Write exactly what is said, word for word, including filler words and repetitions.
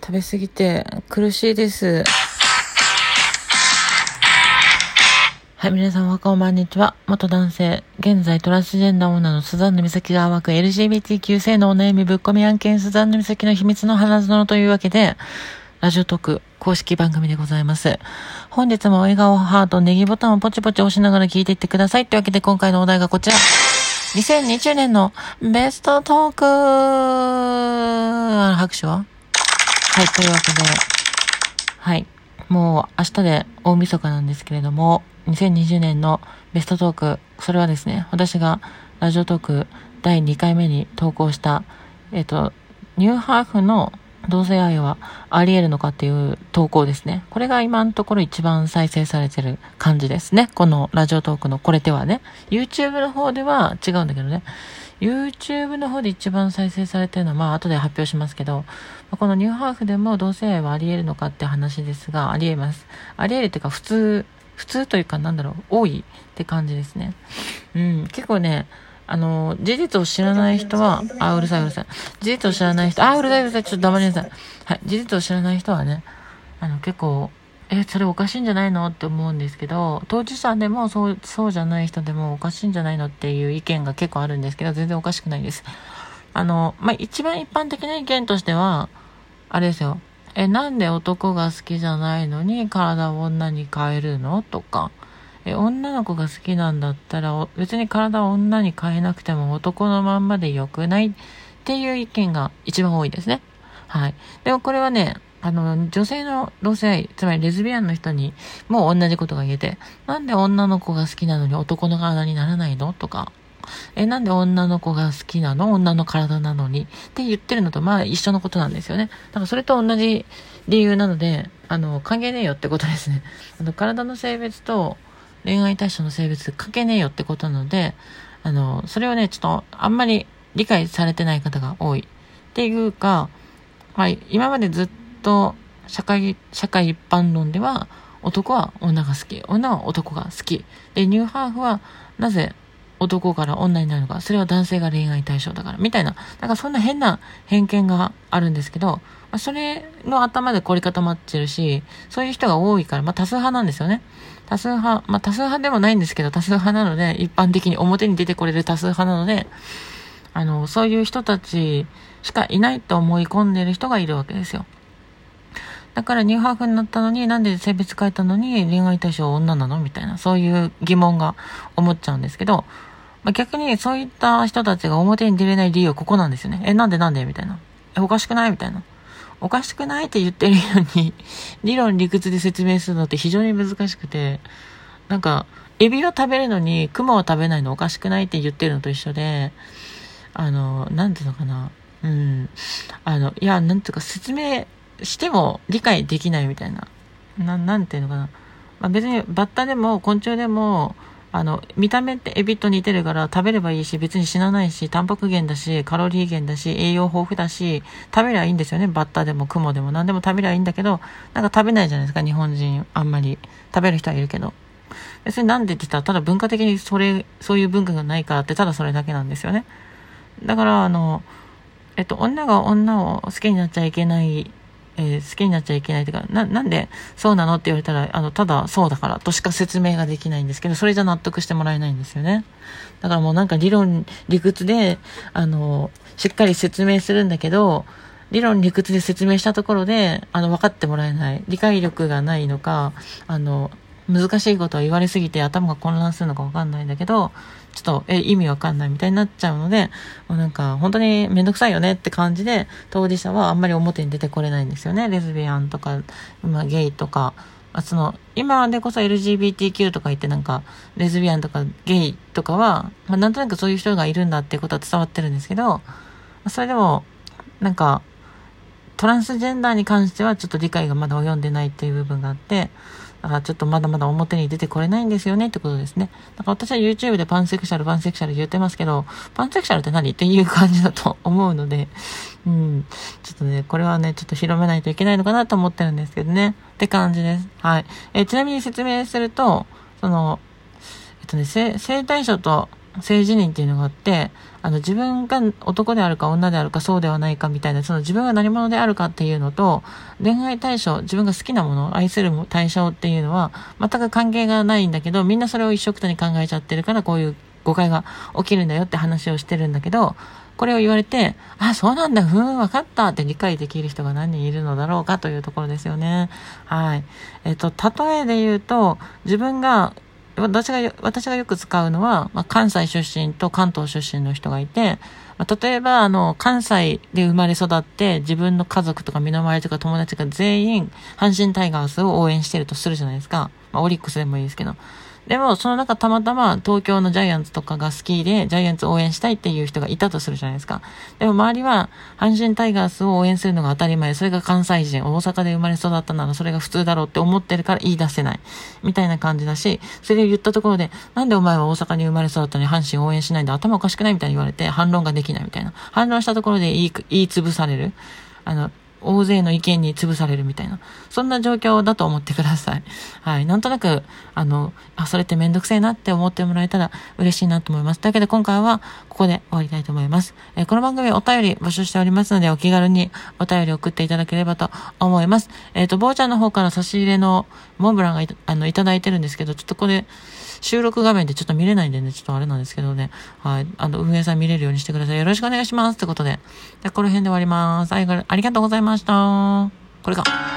食べ過ぎて苦しいです。はい、皆さんはこんばんにちは。元男性、現在トランスジェンダー女のスザンヌ美咲が暴く エルジービーティーキュー 性のお悩みぶっ込み案件スザンヌ美咲の秘密の花園というわけで、ラジオトーク公式番組でございます。本日も笑顔ハートネギボタンをポチポチ押しながら聞いていってください。というわけで今回のお題がこちら。にせんにじゅうねんのベストトーク拍手ははい、というわけで、はい、もう明日で大晦日なんですけれども、にせんにじゅうねんのベストトーク、それはですね、私がラジオトークだいにかいめに投稿した、えっと、ニューハーフの同性愛はあり得るのかっていう投稿ですね。これが今のところ一番再生されてる感じですね。このラジオトークのこれではね。YouTube の方では違うんだけどね。YouTube の方で一番再生されてるのは、まあ後で発表しますけど、このニューハーフでも同性愛はあり得るのかって話ですが、あり得ます。あり得るっていうか普通、普通というかなんだろう、多いって感じですね。うん、結構ね、あの、事実を知らない人は、あ、うるさいうるさい。事実を知らない人、あ、うるさいうるさい、ちょっと黙りなさい。はい、事実を知らない人はね、あの、結構、え、それおかしいんじゃないのって思うんですけど、当事者でもそう、そうじゃない人でもおかしいんじゃないのっていう意見が結構あるんですけど、全然おかしくないです。あの、まあ、一番一般的な意見としては、あれですよ。え、なんで男が好きじゃないのに体を女に変えるのとか、え、女の子が好きなんだったら別に体を女に変えなくても男のまんまでよくないっていう意見が一番多いですね。はい。でもこれはね、あの、女性の同性愛、つまりレズビアンの人にも同じことが言えて、なんで女の子が好きなのに男の体にならないのとか、え、なんで女の子が好きなの女の体なのにって言ってるのとまあ一緒のことなんですよね。だからそれと同じ理由なので、あの、関係ねえよってことですね。あの、体の性別と恋愛対象の性別関係ねえよってことなので、あの、それをね、ちょっとあんまり理解されてない方が多い。っていうか、はい、今までずっと社会、社会一般論では男は女が好き、女は男が好き。で、ニューハーフはなぜ男から女になるのか、それは男性が恋愛対象だから、みたいな、なんかそんな変な偏見があるんですけど、まあ、それの頭で凝り固まってるし、そういう人が多いから、まあ多数派なんですよね。多数派、まあ多数派でもないんですけど、多数派なので、一般的に表に出てこれる多数派なので、あの、そういう人たちしかいないと思い込んでる人がいるわけですよ。だからニューハーフになったのに、なんで性別変えたのに恋愛対象は女なのみたいな、そういう疑問が思っちゃうんですけど、まあ、逆にそういった人たちが表に出れない理由はここなんですよね。え、なんでなんでみたいな。え、おかしくないみたいな。おかしくないって言ってるのに、理論理屈で説明するのって非常に難しくて、なんか、エビは食べるのに、クマは食べないのおかしくないって言ってるのと一緒で、あの、なんていうのかな。うん。あの、いや、なんていうか説明しても理解できないみたいな。な、なんていうのかな。まあ、別にバッタでも昆虫でも、あの、見た目ってエビと似てるから食べればいいし、別に死なないし、タンパク源だし、カロリー源だし、栄養豊富だし、食べりゃいいんですよね。バッタでもクモでも何でも食べりゃいいんだけど、なんか食べないじゃないですか、日本人。あんまり。食べる人はいるけど。別になんでって言ったら、ただ文化的にそれ、そういう文化がないからって、ただそれだけなんですよね。だから、あの、えっと、女が女を好きになっちゃいけない、えー、好きになっちゃいけないというか、な、なんでそうなのって言われたら、あの、ただそうだからとしか説明ができないんですけど、それじゃ納得してもらえないんですよね。だからもうなんか理論、理屈で、あの、しっかり説明するんだけど、理論理屈で説明したところで、あの、分かってもらえない。理解力がないのか、あの、難しいことを言われすぎて頭が混乱するのか分かんないんだけど、ちょっとえ意味わかんないみたいになっちゃうので、もうなんか本当にめんどくさいよねって感じで当事者はあんまり表に出てこれないんですよね。レズビアンとか、今ゲイとか、あその今でこそ エルジービーティーキュー とか言ってなんかレズビアンとかゲイとかは、まあ、なんとなくそういう人がいるんだっていうことは伝わってるんですけど、それでもなんかトランスジェンダーに関してはちょっと理解がまだ及んでないっていう部分があって、だからちょっとまだまだ表に出てこれないんですよねってことですね。だから私は YouTube でパンセクシャル、パンセクシャル言ってますけど、パンセクシャルって何っていう感じだと思うので、うん、ちょっとね、これはね、ちょっと広めないといけないのかなと思ってるんですけどね。って感じです。はい。えー、ちなみに説明すると、その、えっとね、性、性対象と性自認っていうのがあって、 あの、自分が男であるか女であるかそうではないかみたいな、その自分が何者であるかっていうのと、恋愛対象、自分が好きなもの、愛する対象っていうのは、全く関係がないんだけど、みんなそれを一緒くたに考えちゃってるから、こういう誤解が起きるんだよって話をしてるんだけど、これを言われて、あ、そうなんだ、ふーん、わかったって理解できる人が何人いるのだろうかというところですよね。はい。えっと、例えで言うと、自分が、私が、私がよく使うのは、まあ、関西出身と関東出身の人がいて、まあ、例えば、あの、関西で生まれ育って、自分の家族とか身の回りとか友達が全員、阪神タイガースを応援してるとするじゃないですか。まあ、オリックスでもいいですけど。でも、その中たまたま東京のジャイアンツとかが好きで、ジャイアンツを応援したいっていう人がいたとするじゃないですか。でも周りは、阪神タイガースを応援するのが当たり前。それが関西人、大阪で生まれ育ったならそれが普通だろうって思ってるから言い出せない。みたいな感じだし、それを言ったところで、なんでお前は大阪に生まれ育ったのに阪神を応援しないんだ、頭おかしくないみたいに言われて、反論ができないみたいな。反論したところで言い、言い潰される。あの、大勢の意見に潰されるみたいな。そんな状況だと思ってください。はい。なんとなく、あの、あ、それってめんどくせえなって思ってもらえたら嬉しいなと思います。というわけで今回はここで終わりたいと思います。えー、この番組お便り募集しておりますので、お気軽にお便り送っていただければと思います。えっと、ぼうちゃんの方から差し入れのモンブランがいた、あの、いただいてるんですけど、ちょっとこれ、収録画面でちょっと見れないんでね、ちょっとあれなんですけどね。はい。あの、運営さん見れるようにしてください。よろしくお願いします。ってことで。で、この辺で終わります。ありがとうございました。これか。